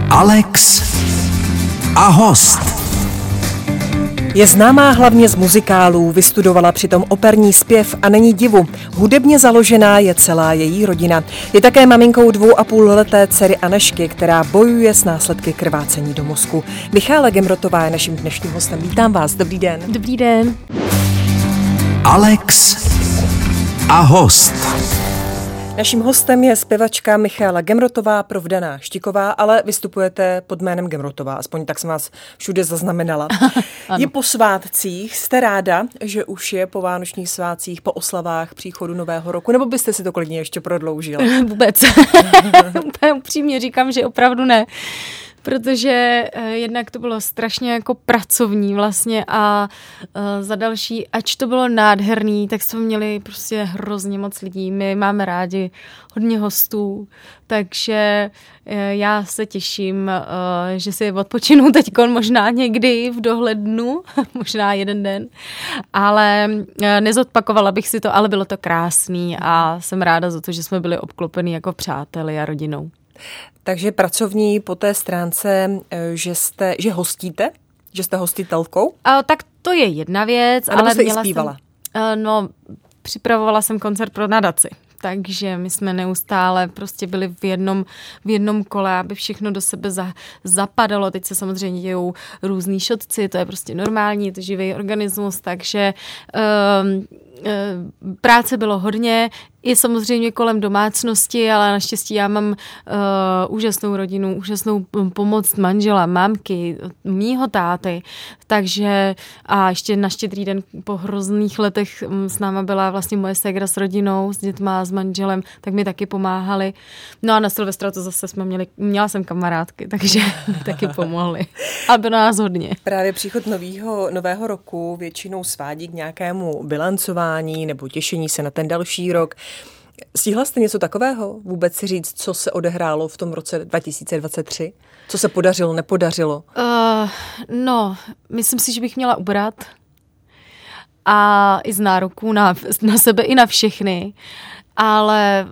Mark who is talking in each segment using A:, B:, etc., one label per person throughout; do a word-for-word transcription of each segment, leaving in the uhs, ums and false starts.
A: Alex a host.
B: Je známá hlavně z muzikálů, vystudovala přitom operní zpěv a není divu. Hudebně založená je celá její rodina. Je také maminkou dvou a půl leté dcery Anežky, která bojuje s následky krvácení do mozku. Michála Gemrotová je naším dnešním hostem. Vítám vás, dobrý den.
C: Dobrý den.
A: Alex a host.
B: Naším hostem je zpěvačka Michála Gemrotová, provdaná Štiková, ale vystupujete pod jménem Gemrotová, aspoň tak jsem vás všude zaznamenala. Je po svátcích, jste ráda, že už je po vánočních svátcích, po oslavách příchodu Nového roku, nebo byste si to klidně ještě prodloužila?
C: Vůbec. Úplně upřímně říkám, že opravdu ne. Protože eh, jednak to bylo strašně jako pracovní vlastně a eh, za další, ač to bylo nádherný, tak jsme měli prostě hrozně moc lidí. My máme rádi hodně hostů, takže eh, já se těším, eh, že si odpočinu teďko možná někdy v dohlednu, možná jeden den, ale eh, nezodpakovala bych si to, ale bylo to krásný a jsem ráda za to, že jsme byli obklopeni jako přáteli a rodinou.
B: Takže pracovní po té stránce, že jste, že hostíte? Že jste hostitelkou?
C: A, tak to je jedna věc.
B: A ale
C: jste
B: měla i zpívala?
C: Jsem, no, připravovala jsem koncert pro nadaci. Takže my jsme neustále prostě byli v jednom, v jednom kole, aby všechno do sebe za, zapadalo. Teď se samozřejmě dějou různý šotci, to je prostě normální, je to živý organismus, takže um, um, práce bylo hodně, i samozřejmě kolem domácnosti, ale naštěstí já mám uh, úžasnou rodinu, úžasnou pomoc manžela, mámky, mýho táty, takže a ještě na Štědrý den po hrozných letech s náma byla vlastně moje ségra s rodinou, s dětma, s manželem, tak mi taky pomáhali. No a na Silvestra to zase jsme měli, měla jsem kamarádky, takže mi taky pomohly. A bylo nás hodně.
B: Právě příchod novýho, nového roku většinou svádí k nějakému bilancování nebo těšení se na ten další rok. Stihla jste něco takového? Vůbec si říct, co se odehrálo v tom roce dva tisíce dvacet tři? Co se podařilo, nepodařilo?
C: Uh, no, myslím si, že bych měla ubrat. A i z nároků na, na sebe i na všechny. Ale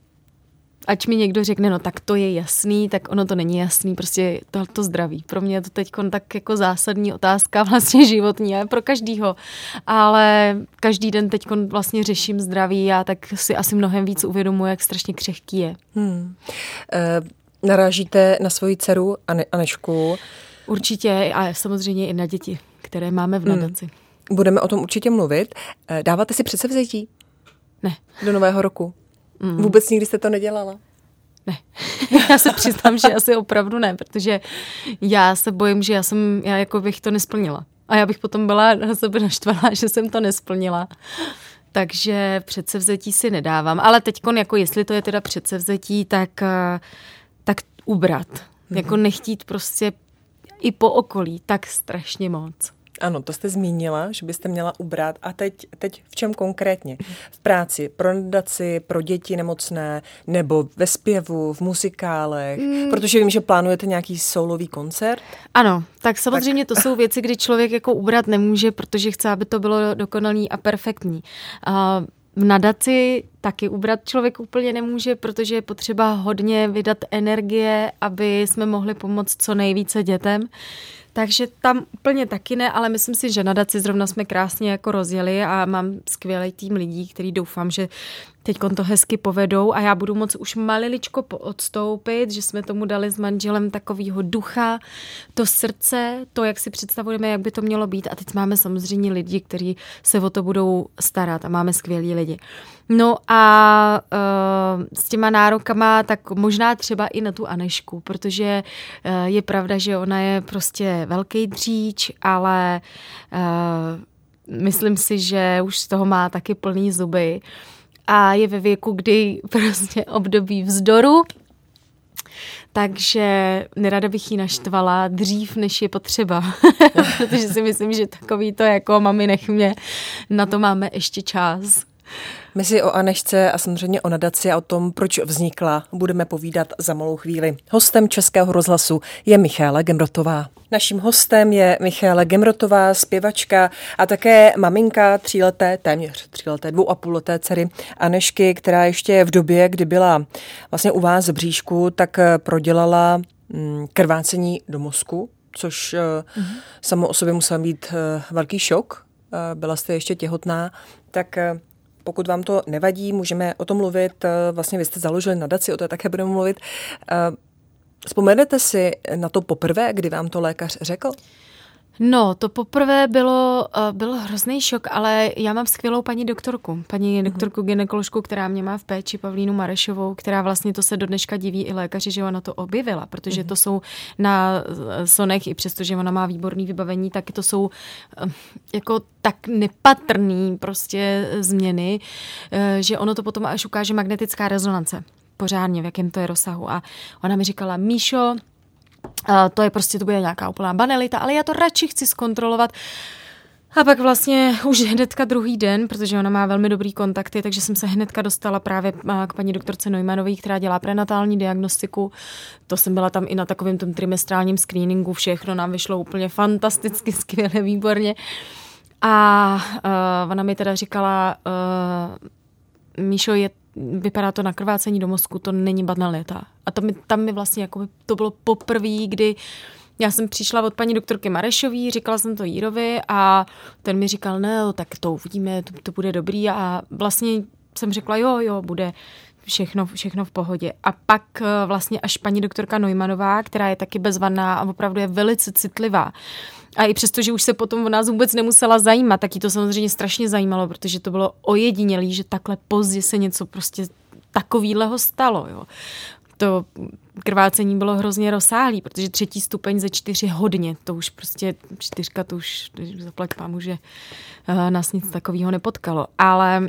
C: ať mi někdo řekne, no tak to je jasný, tak ono to není jasný, prostě to, to zdraví. Pro mě je to teď tak jako zásadní otázka vlastně životní, ale pro každýho. Ale každý den teď vlastně řeším zdraví a tak si asi mnohem víc uvědomuji, jak strašně křehký je. Hmm.
B: E, narážíte na svoji dceru Ane, Anežku?
C: Určitě a samozřejmě i na děti, které máme v nadaci.
B: Hmm. Budeme o tom určitě mluvit. E, dáváte si předsevzetí?
C: Ne.
B: Do nového roku? Mm. Vůbec nikdy jste to nedělala?
C: Ne. Já se přiznám, že asi opravdu ne, protože já se bojím, že já jsem, já jako bych to nesplnila. A já bych potom byla na sebe naštvaná, že jsem to nesplnila. Takže předsevzetí si nedávám. Ale teďkon, jako jestli to je teda předsevzetí, tak, tak ubrat. Mm. Jako nechtít prostě i po okolí tak strašně moc.
B: Ano, to jste zmínila, že byste měla ubrat. A teď, teď v čem konkrétně? V práci, pro nadaci, pro děti nemocné, nebo ve zpěvu, v muzikálech? Mm. Protože vím, že plánujete nějaký soulový koncert.
C: Ano, tak samozřejmě tak. To jsou věci, kdy člověk jako ubrat nemůže, protože chce, aby to bylo dokonalý a perfektní. Uh, v nadaci taky ubrat člověk úplně nemůže, protože je potřeba hodně vydat energie, aby jsme mohli pomoct co nejvíce dětem. Takže tam úplně taky ne, ale myslím si, že nadaci zrovna jsme krásně jako rozjeli a mám skvělý tým lidí, který doufám, že teď to hezky povedou a já budu moc už maliličko odstoupit, že jsme tomu dali s manželem takovýho ducha, to srdce, to, jak si představujeme, jak by to mělo být a teď máme samozřejmě lidi, kteří se o to budou starat a máme skvělí lidi. No a uh, s těma nárokama tak možná třeba i na tu Anežku, protože uh, je pravda, že ona je prostě velký dříč, ale uh, myslím si, že už z toho má taky plný zuby a je ve věku, kdy prostě období vzdoru, takže nerada bych ji naštvala dřív, než je potřeba, protože si myslím, že takový to jako mami nech mě, na to máme ještě čas.
B: My si o Anežce a samozřejmě o nadaci a o tom, proč vznikla, budeme povídat za malou chvíli. Hostem Českého rozhlasu je Michála Gemrotová. Naším hostem je Michála Gemrotová, zpěvačka a také maminka tříleté, téměř tříleté, dvou a půl leté dcery Anežky, která ještě v době, kdy byla vlastně u vás v bříšku, tak prodělala krvácení do mozku, což mm-hmm. samo o sobě musel být velký šok. Byla jste ještě těhotná, tak pokud vám to nevadí, můžeme o tom mluvit. Vlastně vy jste založili nadaci, o to také budeme mluvit. Vzpomenete si na to poprvé, kdy vám to lékař řekl?
C: No, to poprvé bylo, byl hrozný šok, ale já mám skvělou paní doktorku, paní doktorku gynekoložku, která mě má v péči, Pavlínu Marešovou, která vlastně to se do dneška diví i lékaři, že ona to objevila, protože to jsou na sonech, i přesto, že ona má výborný vybavení, tak to jsou jako tak nepatrný prostě změny, že ono to potom až ukáže magnetická rezonance. Pořádně, v jakém to je rozsahu. A ona mi říkala, Míšo, Uh, to je prostě, to bude nějaká úplná banalita, ale já to radši chci zkontrolovat. A pak vlastně už hnedka druhý den, protože ona má velmi dobrý kontakty, takže jsem se hnedka dostala právě k paní doktorce Neumannové, která dělá prenatální diagnostiku. To jsem byla tam i na takovém tom trimestrálním screeningu, všechno nám vyšlo úplně fantasticky, skvěle, výborně. A uh, ona mi teda říkala, uh, Míšo, je vypadá to na krvácení do mozku, to není banalita. A to mi, tam mi vlastně jako to bylo poprvé, kdy já jsem přišla od paní doktorky Marešový, říkala jsem to Jirovi a ten mi říkal, ne, tak to uvidíme, to, to bude dobrý a vlastně jsem řekla, jo, jo, bude všechno, všechno v pohodě. A pak vlastně až paní doktorka Neumannová, která je taky bezvadná a opravdu je velice citlivá. A i přesto, že už se potom o nás vůbec nemusela zajímat, tak jí to samozřejmě strašně zajímalo, protože to bylo ojedinělý, že takhle pozdě se něco prostě takovýhleho stalo. Jo. To krvácení bylo hrozně rozsáhlý, protože třetí stupeň ze čtyři hodně, to už prostě čtyřka, to už zaplať pámu, že uh, nás nic takového nepotkalo. Ale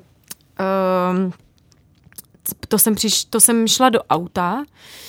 C: uh, to, jsem přiš, to jsem šla do auta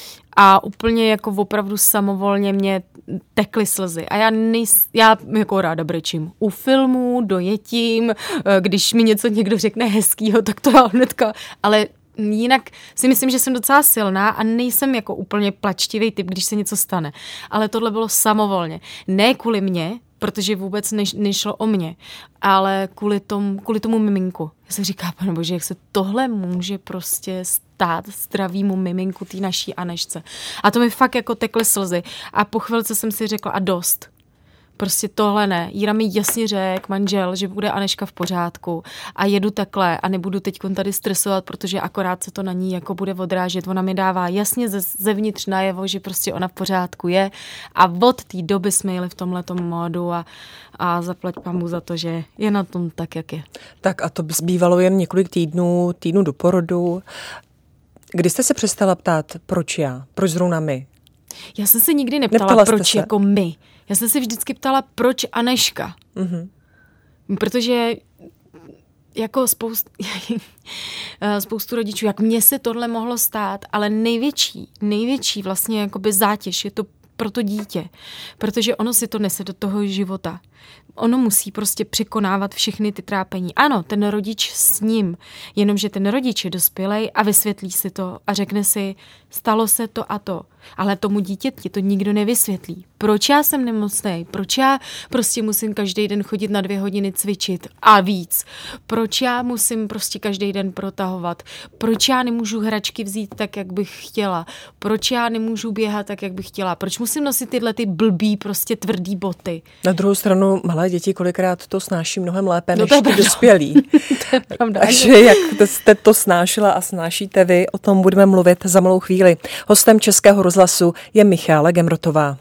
C: a úplně jako opravdu samovolně mě tekly slzy. A já, nejs, já jako ráda brečím. U filmů, dojetím, když mi něco někdo řekne hezkýho, tak to já hnedka, ale jinak si myslím, že jsem docela silná a nejsem jako úplně plačtivý typ, když se něco stane. Ale tohle bylo samovolně. Ne kvůli mně, protože vůbec neš, nešlo o mě, ale kvůli tomu, kvůli tomu miminku. Já se říká, pane bože, jak se tohle může prostě stát zdravýmu miminku té naší Anešce. A to mi fakt jako tekly slzy. A po chvilce jsem si řekla, a dost. Prostě tohle ne. Jíra mi jasně řekl, manžel, že bude Aneška v pořádku a jedu takhle a nebudu teď tady stresovat, protože akorát se to na ní jako bude odrážet. Ona mi dává jasně ze, zevnitř najevo, že prostě ona v pořádku je a od té doby jsme jeli v tomhletom módu a, a zaplať pamu za to, že je na tom tak, jak je. Tak a to zbývalo jen několik týdnů, týdnů do porodu. Kdy jste se přestala ptát, proč já? Proč zrovna my? Já jsem se nikdy neptala, Neptala proč jako my. Já jsem se vždycky ptala, proč Aneška. Mm-hmm. Protože jako spoustu, spoustu rodičů, jak mně se tohle mohlo stát, ale největší, největší vlastně jakoby zátěž je to pro to dítě, protože ono si to nese do toho života. Ono musí prostě překonávat všechny ty trápení. Ano, ten rodič s ním, jenomže ten rodič je dospělej a vysvětlí si to a řekne si, stalo se to a to. Ale tomu dítěti to nikdo nevysvětlí. Proč já jsem nemocnej? Proč já prostě musím každý den chodit na dvě hodiny cvičit a víc? Proč já musím prostě každý den protahovat? Proč já nemůžu hračky vzít tak, jak bych chtěla? Proč já nemůžu běhat tak, jak bych chtěla? Proč musím nosit tyhle ty blbý, prostě tvrdý boty? Na druhou stranu malé děti kolikrát to snáší mnohem lépe no než ty dospělí. To je pravda. Takže jak jste to snášela a snášíte vy, o tom budeme mluvit za malou chvíli. Hostem Českého rozhlasu je Michála Gemrotová.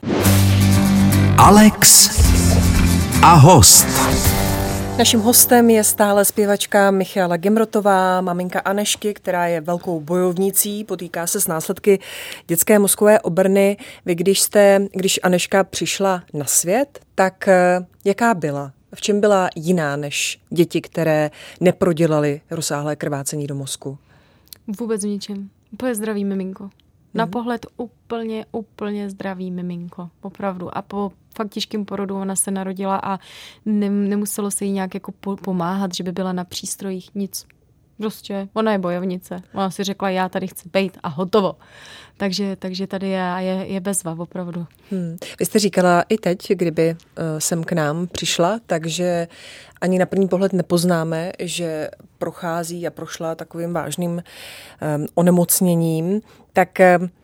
A: Alex a host.
B: Naším hostem je stále zpěvačka Michála Gemrotová, maminka Anešky, která je velkou bojovnicí, potýká se s následky dětské mozkové obrny. Vy, když jste, když Aneška přišla na svět, tak jaká byla? V čem byla jiná než děti, které neprodělaly rozsáhlé krvácení do mozku? Vůbec v ničem. Úplně zdravý miminko. Na pohled úplně, úplně zdravý miminko. Opravdu. A po fakt těžkém porodu ona se narodila a ne, nemuselo se jí nějak jako pomáhat, že by byla na přístrojích. Nic. Prostě. Ona je bojovnice. Ona si řekla, já tady chci bejt a hotovo. Takže, takže tady je, je, je bezva, opravdu. Hmm. Vy jste říkala i teď, kdyby uh, sem k nám přišla, takže ani na první pohled nepoznáme, že prochází a prošla takovým vážným um, onemocněním. Tak um,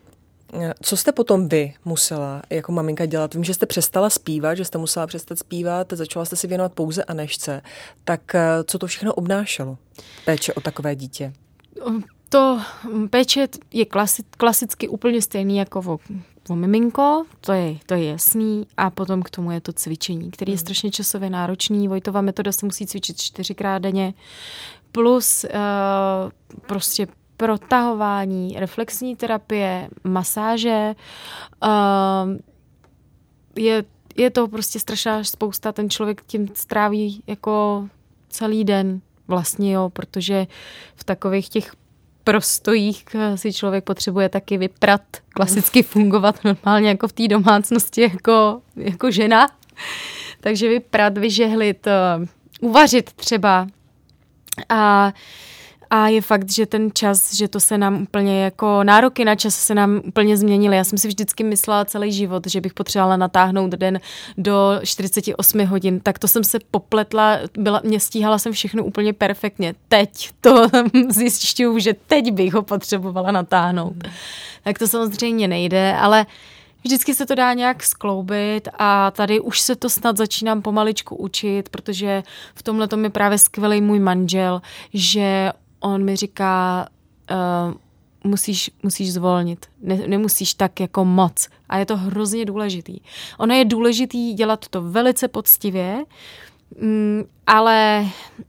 B: Co jste potom vy musela jako maminka dělat? Vím, že jste přestala zpívat, že jste musela přestat zpívat, začala jste si věnovat pouze Anežce. Tak co to všechno obnášelo? Péče o takové dítě.
C: To péče je klasi, klasicky úplně stejný jako o, o miminko, to je, to je jasný. A potom k tomu je to cvičení, který je strašně časově náročný. Vojtova metoda se musí cvičit čtyřikrát denně. Plus uh, prostě protahování, reflexní terapie, masáže. Uh, je, je to prostě strašná spousta, ten člověk tím stráví jako celý den vlastně, jo, protože v takových těch prostojích si člověk potřebuje taky vyprat, klasicky fungovat normálně jako v té domácnosti jako, jako žena. Takže vyprat, vyžehlit, uh, uvařit třeba. A A je fakt, že ten čas, že to se nám úplně jako nároky na čas se nám úplně změnily. Já jsem si vždycky myslela celý život, že bych potřebovala natáhnout den do čtyřicet osm hodin. Tak to jsem se popletla, byla, mě stíhala jsem všechno úplně perfektně. Teď to zjišťuju, že teď bych ho potřebovala natáhnout. Hmm. Tak to samozřejmě nejde, ale vždycky se to dá nějak skloubit a tady už se to snad začínám pomaličku učit, protože v tomhle tom je právě skvělý můj manžel, že on mi říká, uh, musíš, musíš zvolnit, ne, nemusíš tak jako moc. A je to hrozně důležitý. Ono je důležitý dělat to velice poctivě, mm, ale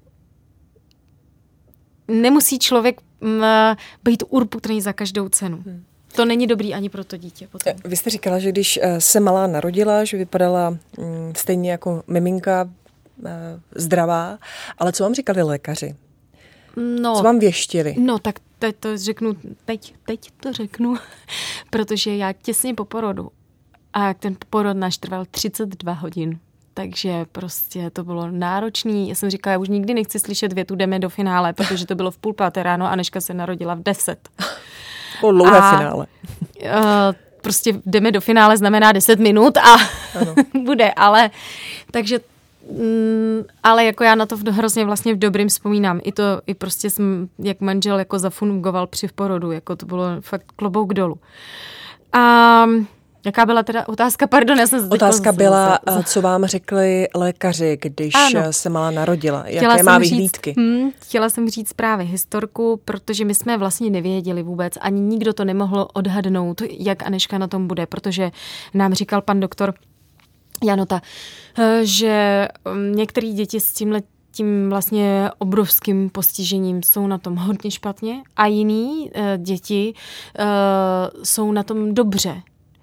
C: nemusí člověk mm, být urputný za každou cenu. Hmm. To není dobrý ani pro to dítě. Potom.
B: Vy jste říkala, že když se malá narodila, že vypadala mm, stejně jako miminka e, zdravá, ale co vám říkali lékaři?
C: No,
B: co vám věštili?
C: No tak teď to řeknu, teď, teď to řeknu, protože já těsně po porodu a jak ten porod náš trval třicet dva hodin, takže prostě to bylo náročný. Já jsem říkala, já už nikdy nechci slyšet větu jdeme do finále, protože to bylo v půl páté ráno a Anežka se narodila v deset.
B: Po dlouhé a, finále.
C: Uh, prostě jdeme do finále znamená deset minut a bude, ale takže mm, ale jako já na to hrozně vlastně v dobrým vzpomínám. I to, i prostě jsem, jak manžel jako zafungoval při porodu, jako to bylo fakt klobouk dolů. A jaká byla teda otázka? Pardon, já jsem
B: Otázka byla, za, za... co vám řekli lékaři, když ano. se malá narodila. Jaké chtěla má vyhlídky?
C: Říct, hm, chtěla jsem říct právě historku, protože my jsme vlastně nevěděli vůbec, ani nikdo to nemohl odhadnout, jak Anežka na tom bude, protože nám říkal pan doktor Janota, že některé děti s tímhle tím vlastně obrovským postižením jsou na tom hodně špatně a jiný děti jsou na tom dobře.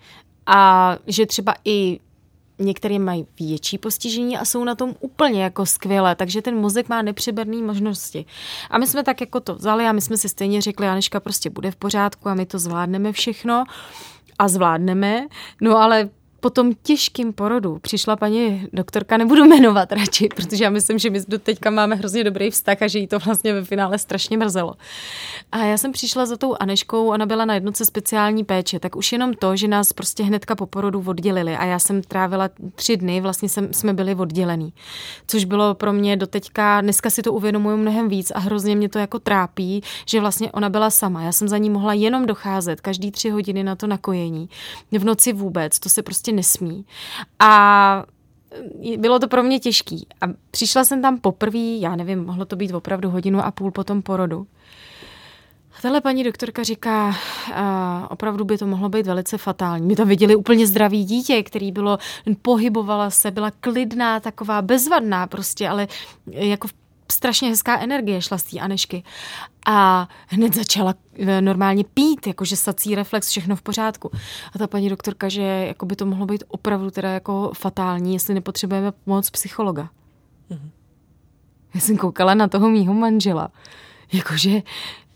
C: A že třeba i některé mají větší postižení a jsou na tom úplně jako skvěle, takže ten mozek má nepřeberné možnosti. A my jsme tak jako to vzali a my jsme si stejně řekli, Anežka prostě bude v pořádku a my to zvládneme všechno a zvládneme, no ale po tom těžkým porodu přišla paní doktorka, nebudu jmenovat radši, protože já myslím, že my do teďka máme hrozně dobrý vztah a že jí to vlastně ve finále strašně mrzelo. A já jsem přišla za tou Anežkou, ona byla na jednotce speciální péče, tak už jenom to, že nás prostě hnedka po porodu oddělili a já jsem trávila tři dny, vlastně jsem, jsme byli oddělení, což bylo pro mě doteďka, dneska si to uvědomuji mnohem víc a hrozně mě to jako trápí, že vlastně ona byla sama. Já jsem za ní mohla jenom docházet každý tři hodiny na to nakojení. V noci vůbec, to se prostě nesmí. A bylo to pro mě těžký. A přišla jsem tam poprvé, já nevím, mohlo to být opravdu hodinu a půl po tom porodu. A tahle paní doktorka říká, uh, opravdu by to mohlo být velice fatální. My tam viděli úplně zdravý dítě, který bylo, pohybovala se, byla klidná, taková bezvadná prostě, ale jako strašně hezká energie šla z té Anežky. A hned začala normálně pít, jakože sací reflex, všechno v pořádku. A ta paní doktorka, že jako by to mohlo být opravdu teda jako fatální, jestli nepotřebujeme pomoc psychologa. Mhm. Já jsem koukala na toho mýho manžela. Jakože, uh,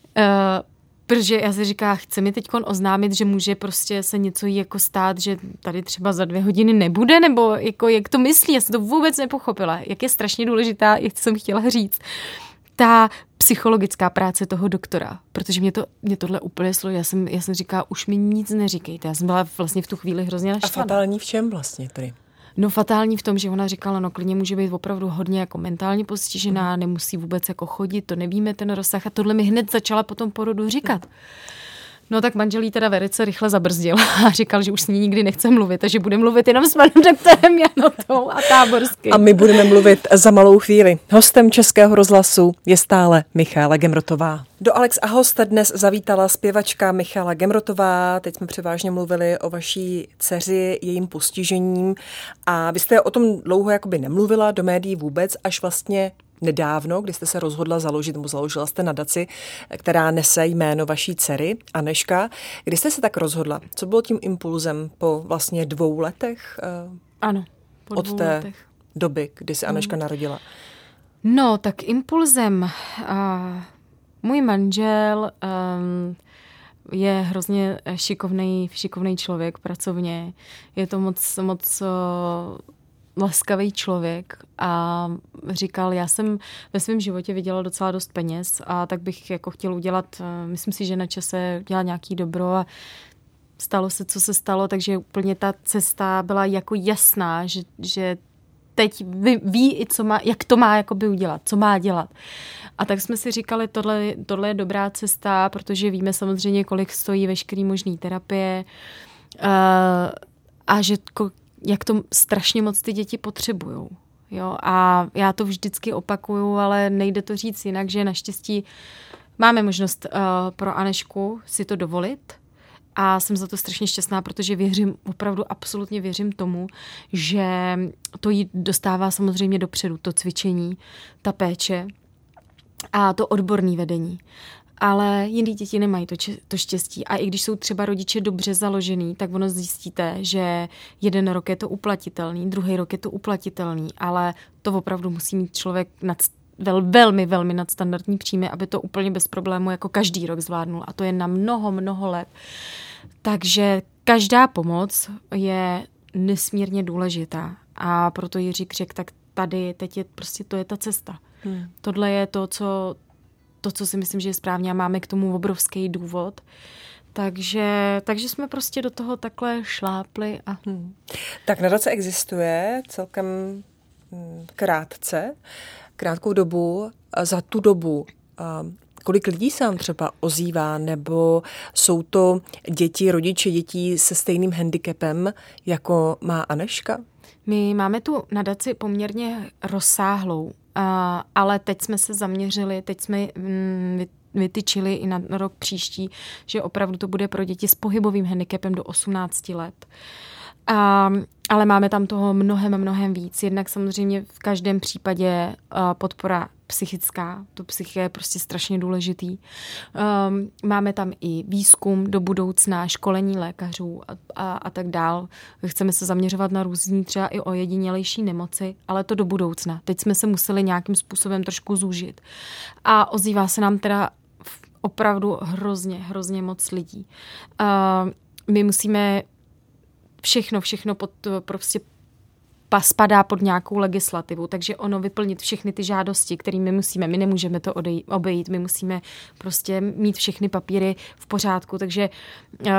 C: protože já si říká, chce mi teďkon oznámit, že může prostě se něco jí jako stát, že tady třeba za dvě hodiny nebude, nebo jako jak to myslí, já jsem to vůbec nepochopila. Jak je strašně důležitá, jak jsem chtěla říct, ta psychologická práce toho doktora, protože mě, to, mě tohle úplně složilo. Já jsem, já jsem říkala, už mi nic neříkejte. Já jsem byla vlastně v tu chvíli hrozně naštvaná.
B: A fatální v čem vlastně tedy?
C: No fatální v tom, že ona říkala, no klidně může být opravdu hodně jako mentálně postižená, nemusí vůbec jako chodit, to nevíme ten rozsah a tohle mi hned začala po tom porodu říkat. No tak manžel jí teda velice rychle zabrzdil a říkal, že už s ní nikdy nechce mluvit, takže bude mluvit jenom s panem doktorem Janotou a Táborským.
B: A my budeme mluvit za malou chvíli. Hostem Českého rozhlasu je stále Michála Gemrotová. Do Alex a host dnes zavítala zpěvačka Michála Gemrotová. Teď jsme převážně mluvili o vaší dceři, jejím postižením a vy jste o tom dlouho jakoby nemluvila do médií vůbec, až vlastně nedávno, kdy jste se rozhodla založit, nebo založila jste nadaci, která nese jméno vaší dcery, Aneška. Kdy jste se tak rozhodla? Co bylo tím impulzem po vlastně dvou letech?
C: Ano, po
B: od
C: dvou
B: té
C: letech.
B: doby, kdy se Aneška mm. narodila?
C: No, tak impulzem. Uh, můj manžel um, je hrozně šikovnej, šikovnej člověk pracovně. Je to moc, moc uh, laskavý člověk a říkal, já jsem ve svém životě viděla docela dost peněz a tak bych jako chtěl udělat, myslím si, že na čase dělat nějaký dobro a stalo se, co se stalo, takže úplně ta cesta byla jako jasná, že, že teď ví, ví i co má, jak to má jakoby udělat, co má dělat. A tak jsme si říkali, tohle, tohle je dobrá cesta, protože víme samozřejmě, kolik stojí veškerý možný terapie uh, a že jak to strašně moc ty děti potřebujou. Jo? A já to vždycky opakuju, ale nejde to říct jinak, že naštěstí máme možnost uh, pro Anešku si to dovolit a jsem za to strašně šťastná, protože věřím, opravdu absolutně věřím tomu, že to jí dostává samozřejmě dopředu, to cvičení, ta péče a to odborné vedení. Ale jiný děti nemají to, to štěstí. A i když jsou třeba rodiče dobře založený, tak ono zjistíte, že jeden rok je to uplatitelný, druhý rok je to uplatitelný, ale to opravdu musí mít člověk nad, vel, velmi, velmi nadstandardní příjmy, aby to úplně bez problému jako každý rok zvládnul. A to je na mnoho, mnoho let. Takže každá pomoc je nesmírně důležitá. A proto Jiřík řekl, tak tady, teď je prostě, to je ta cesta. Hmm. Tohle je to, co to, co si myslím, že je správně a máme k tomu obrovský důvod. Takže, takže jsme prostě do toho takhle šlápli. A... Hmm.
B: Tak nadace existuje celkem krátce, krátkou dobu. Za tu dobu kolik lidí se vám třeba ozývá, nebo jsou to děti, rodiče dětí se stejným handicapem, jako má Aneška?
C: My máme tu nadaci poměrně rozsáhlou, uh, ale teď jsme se zaměřili, teď jsme mm, vytyčili i na rok příští, že opravdu to bude pro děti s pohybovým handicapem do osmnácti let. Uh, ale máme tam toho mnohem, mnohem víc. Jednak samozřejmě v každém případě uh, podpora psychická, to psychika je prostě strašně důležitý. Um, máme tam i výzkum do budoucna, školení lékařů a, a, a tak dál. Chceme se zaměřovat na různý třeba i ojedinělejší nemoci, ale to do budoucna. Teď jsme se museli nějakým způsobem trošku zúžit. A ozývá se nám teda opravdu hrozně, hrozně moc lidí. Uh, my musíme všechno, všechno pod, prostě spadá pod nějakou legislativu, takže ono vyplnit všechny ty žádosti, kterými musíme, my nemůžeme to odej, obejít, my musíme prostě mít všechny papíry v pořádku, takže uh,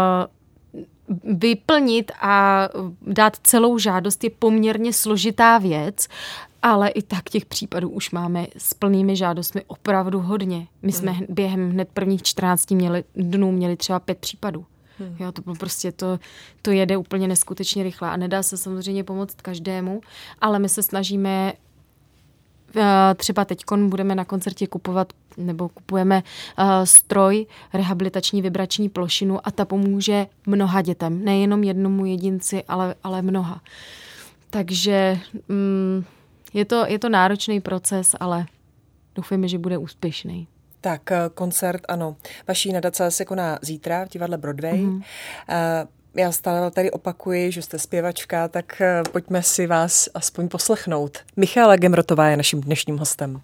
C: vyplnit a dát celou žádost je poměrně složitá věc, ale i tak těch případů už máme s plnými žádostmi opravdu hodně. My jsme hmm. během hned prvních čtrnácti měli, dnů měli třeba pět případů. Hmm. Jo, to prostě to, to jede úplně neskutečně rychle a nedá se samozřejmě pomoct každému, ale my se snažíme třeba teďkon budeme na koncertě kupovat nebo kupujeme uh, stroj, rehabilitační vibrační plošinu a ta pomůže mnoha dětem, nejenom jednomu jedinci, ale, ale mnoha. Takže um, je to, je to náročný proces, ale doufujeme, že bude úspěšný.
B: Tak koncert, ano. Vaší nadace se koná zítra v divadle Broadway. Mm. Já stále tady opakuji, že jste zpěvačka, tak pojďme si vás aspoň poslechnout. Michála Gemrotová je naším dnešním hostem.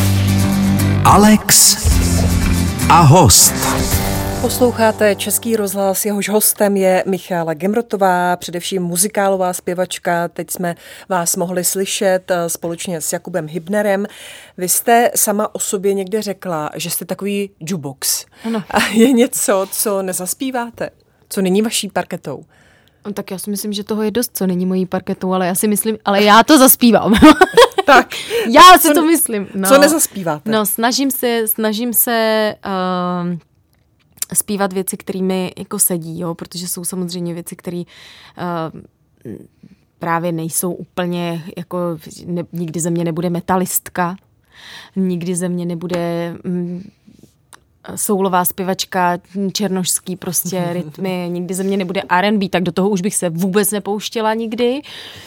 A: Alex a host.
B: Posloucháte Český rozhlas, jehož hostem je Michála Gemrotová, především muzikálová zpěvačka. Teď jsme vás mohli slyšet společně s Jakubem Hybnerem. Vy jste sama o sobě někde řekla, že jste takový jukebox.
C: Ano.
B: A je něco, co nezaspíváte, co není vaší parketou?
C: Tak já si myslím, že toho je dost, co není mojí parketou, ale já si myslím, ale já to zaspívám.
B: Tak.
C: Já si co, to myslím. No.
B: Co nezaspíváte?
C: No, snažím se, snažím se... Uh, zpívat věci, kterými jako sedí, jo, protože jsou samozřejmě věci, které uh, právě nejsou úplně, jako ne, nikdy ze mě nebude metalistka, nikdy ze mě nebude mm, soulová zpěvačka, černošský prostě rytmy, nikdy ze mě nebude R and B, tak do toho už bych se vůbec nepouštěla nikdy.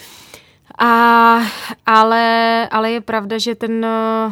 C: A, ale, ale je pravda, že ten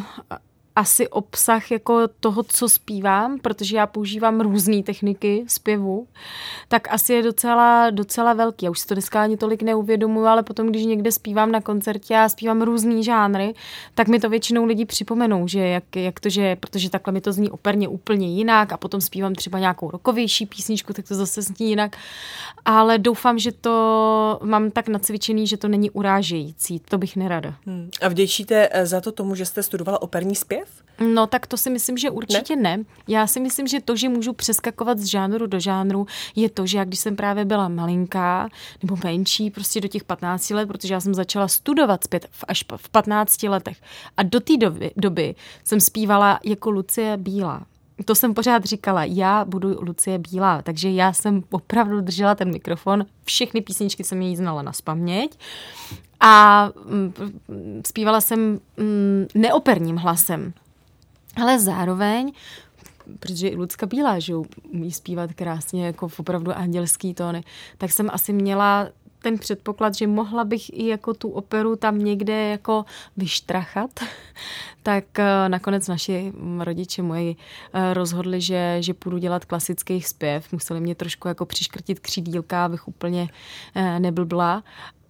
C: asi obsah jako toho, co zpívám, protože já používám různé techniky zpěvu, tak asi je docela, docela velký. Já už si to dneska ani tolik neuvědomuji, ale potom, když někde zpívám na koncertě a zpívám různý žánry, tak mi to většinou lidi připomenou, že jak, jak to, že, protože takhle mi to zní operně úplně jinak a potom zpívám třeba nějakou rockovější písničku, tak to zase zní jinak. Ale doufám, že to mám tak nacvičený, že to není urážející. To bych nerada.
B: Hmm. A vděčíte za to tomu, že jste studovala operní zpěv?
C: No tak to si myslím, že určitě ne? ne. Já si myslím, že to, že můžu přeskakovat z žánru do žánru, je to, že já když jsem právě byla malinká nebo menší, prostě do těch patnácti let, protože já jsem začala studovat zpět až v patnácti letech. A do té doby, doby jsem zpívala jako Lucie Bílá. To jsem pořád říkala, já budu Lucie Bílá, takže já jsem opravdu držela ten mikrofon, všechny písničky jsem jí znala naspaměť a mm, zpívala jsem mm, neoperním hlasem, ale zároveň, protože i Lucka Bílá, že umí zpívat krásně, jako v opravdu andělský tóny, tak jsem asi měla ten předpoklad, že mohla bych i jako tu operu tam někde jako vyštrachat, tak nakonec naši rodiče moji rozhodli, že, že půjdu dělat klasický zpěv. Museli mě trošku jako přiškrtit křidílka, abych úplně neblbla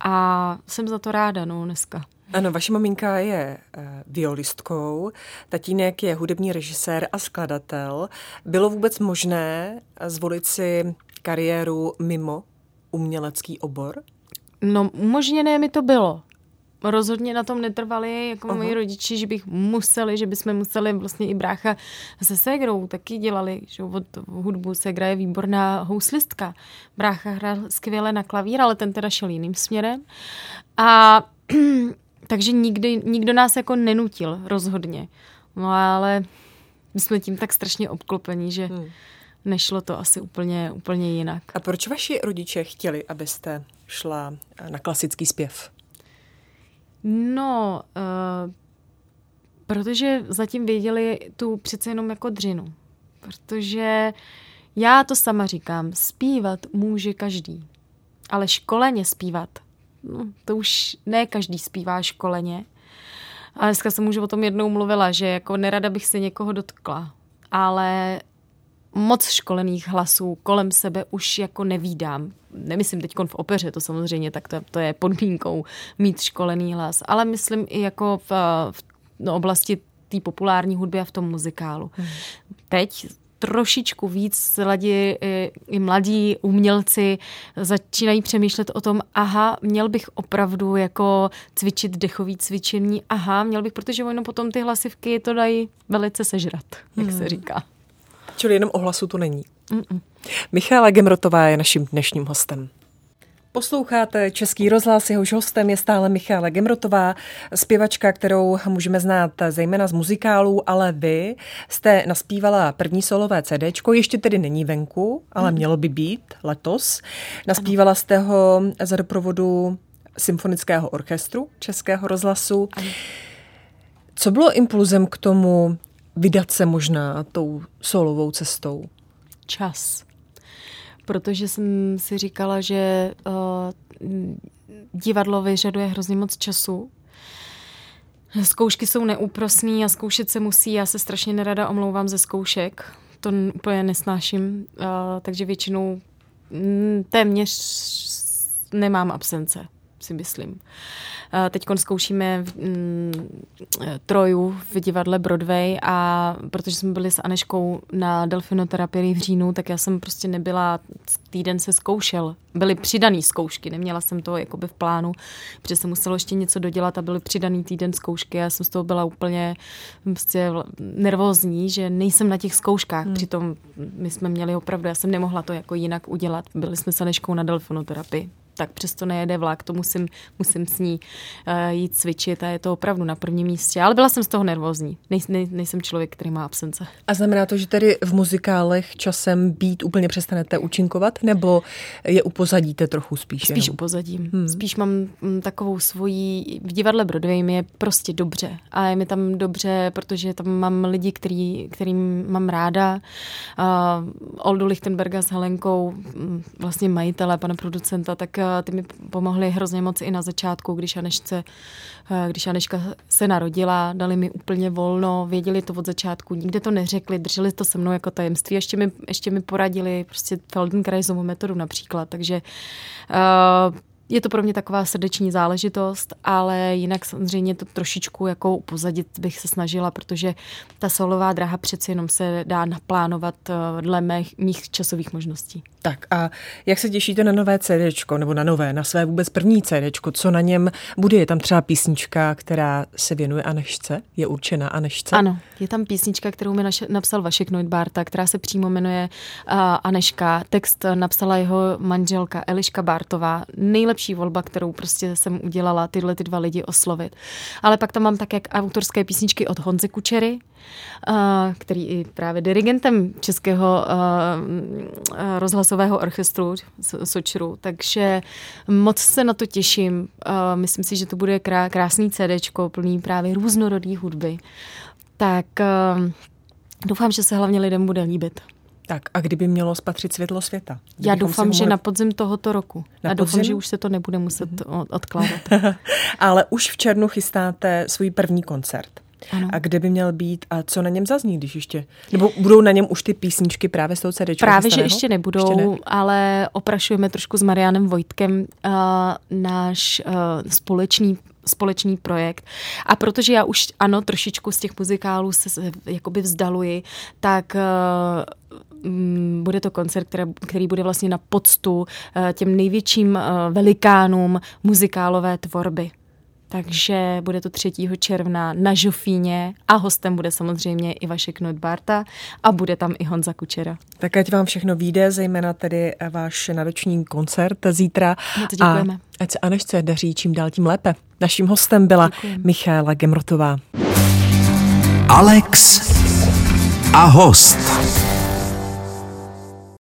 C: a jsem za to ráda, no, dneska.
B: Ano, vaše maminka je e, violistkou, tatínek je hudební režisér a skladatel. Bylo vůbec možné zvolit si kariéru mimo umělecký obor?
C: No, umožněné mi to bylo. Rozhodně na tom netrvali jako uh-huh. moji rodiči, že bych museli, že bychom museli, vlastně i brácha se ségrou taky dělali, že od hudbu. Ségra je výborná houslistka. Brácha hrál skvěle na klavír, ale ten teda šel jiným směrem. A takže nikdy, nikdo nás jako nenutil rozhodně. No ale my jsme tím tak strašně obklopení, že hmm. nešlo to asi úplně, úplně jinak.
B: A proč vaši rodiče chtěli, abyste šla na klasický zpěv?
C: No, uh, protože zatím věděli tu přece jenom jako dřinu. Protože já to sama říkám, zpívat může každý. Ale školeně zpívat, no, to už ne každý zpívá školeně. A dneska jsem už o tom jednou mluvila, že jako nerada bych se někoho dotkla. Ale moc školených hlasů kolem sebe už jako nevídám. Nemyslím teďkon v opeře, to samozřejmě, tak to, to je podmínkou mít školený hlas. Ale myslím i jako v, v no, oblasti té populární hudby a v tom muzikálu. Hmm. Teď trošičku víc lidi, i, i mladí umělci začínají přemýšlet o tom, aha, měl bych opravdu jako cvičit dechový cvičení, aha, měl bych, protože ono potom ty hlasivky to dají velice sežrat, jak hmm. se říká.
B: Čili jenom o hlasu to není. Mm-mm. Michála Gemrotová je naším dnešním hostem. Posloucháte Český rozhlas, jehož hostem je stále Michála Gemrotová, zpěvačka, kterou můžeme znát zejména z muzikálů, ale vy jste naspívala první solové CDčko, ještě tedy není venku, ale mělo by být letos. Naspívala jste ho za doprovodu Symfonického orchestru Českého rozhlasu. Co bylo impulzem k tomu vydat se možná tou solovou cestou?
C: Čas. Protože jsem si říkala, že uh, divadlo vyžaduje hrozně moc času. Zkoušky jsou neúprosný a zkoušet se musí. Já se strašně nerada omlouvám ze zkoušek. To úplně nesnáším. Uh, takže většinou mm, téměř nemám absence, si myslím. Teď zkoušíme mm, Troju v divadle Broadway a protože jsme byli s Aneškou na delfinoterapii v říjnu, tak já jsem prostě nebyla, týden se zkoušel. Byly přidaný zkoušky, neměla jsem to jakoby v plánu, protože se muselo ještě něco dodělat a byly přidaný týden zkoušky. Já jsem z toho byla úplně prostě nervózní, že nejsem na těch zkouškách. Hmm. Přitom my jsme měli opravdu, já jsem nemohla to jako jinak udělat. Byli jsme s Aneškou na delfinoterapii. tak přesto nejede vlak, to musím, musím s ní uh, jít cvičit a je to opravdu na prvním místě. Ale byla jsem z toho nervózní. Nej, nej, nejsem člověk, který má absence.
B: A znamená to, že tedy v muzikálech časem být úplně přestanete účinkovat, nebo je upozadíte trochu spíš?
C: Spíš
B: jenom?
C: upozadím.
B: Hmm.
C: Spíš mám m, takovou svoji... V divadle Broadway mi je prostě dobře. A je mi tam dobře, protože tam mám lidi, který, kterým mám ráda. Uh, Oldu Lichtenberga s Helenkou, vlastně majitele, pana producenta, tak uh, ty mi pomohli hrozně moc i na začátku, když Anešce, uh, když Aneška se narodila, dali mi úplně volno, věděli to od začátku, nikde to neřekli, drželi to se mnou jako tajemství, ještě mi, ještě mi poradili prostě Feldenkraisovou metodu například, takže uh, je to pro mě taková srdeční záležitost, ale jinak samozřejmě to trošičku jako upozadit bych se snažila, protože ta solová dráha přeci jenom se dá naplánovat dle mých, mých časových možností.
B: Tak a jak se těšíte na nové CDčko, nebo na nové, na své vůbec první CDčko? Co na něm bude? Je tam třeba písnička, která se věnuje Anešce? Je určena Anešce?
C: Ano, je tam písnička, kterou mi naše, napsal Vašek Neudbárta, která se přímo jmenuje uh, Aneška. Text napsala jeho manželka Eliška Bártová. Nejlepší volba, kterou prostě jsem udělala, tyhle ty dva lidi oslovit. Ale pak tam mám také autorské písničky od Honzy Kučery, uh, který i právě dirigentem Českého uh, rozhlasového orchestru Sočru, takže moc se na to těším. Uh, myslím si, že to bude krá, krásný CDčko, plný právě různorodý hudby. Tak uh, doufám, že se hlavně lidem bude líbit.
B: Tak a kdyby mělo spatřit světlo světa?
C: Já doufám, mohli... že na podzim tohoto roku.
B: Na
C: a
B: podzim?
C: Doufám, že už se to nebude muset mm-hmm. odkládat.
B: Ale už v červnu chystáte svůj první koncert.
C: Ano.
B: A kde by měl být a co na něm zazní, když ještě... Nebo budou na něm už ty písničky právě z toho CDčka?
C: Právě, že ještě nebudou, ještě ne. Ale oprašujeme trošku s Marianem Vojtkem uh, náš uh, společný společný projekt. A protože já už ano, trošičku z těch muzikálů se, se jakoby vzdaluji, tak uh, m, bude to koncert, který, který bude vlastně na poctu uh, těm největším uh, velikánům muzikálové tvorby. Takže bude to třetího června na Žofíně a hostem bude samozřejmě i Vašek Neudbárta a bude tam i Honza Kučera.
B: Tak ať vám všechno vyjde, zejména tedy váš náročný koncert zítra.
C: Moc děkujeme.
B: A ať se Anešce daří čím dál tím lépe. Naším hostem byla
C: Děkujeme.
B: Michaela Gemrotová.
A: Alex a host.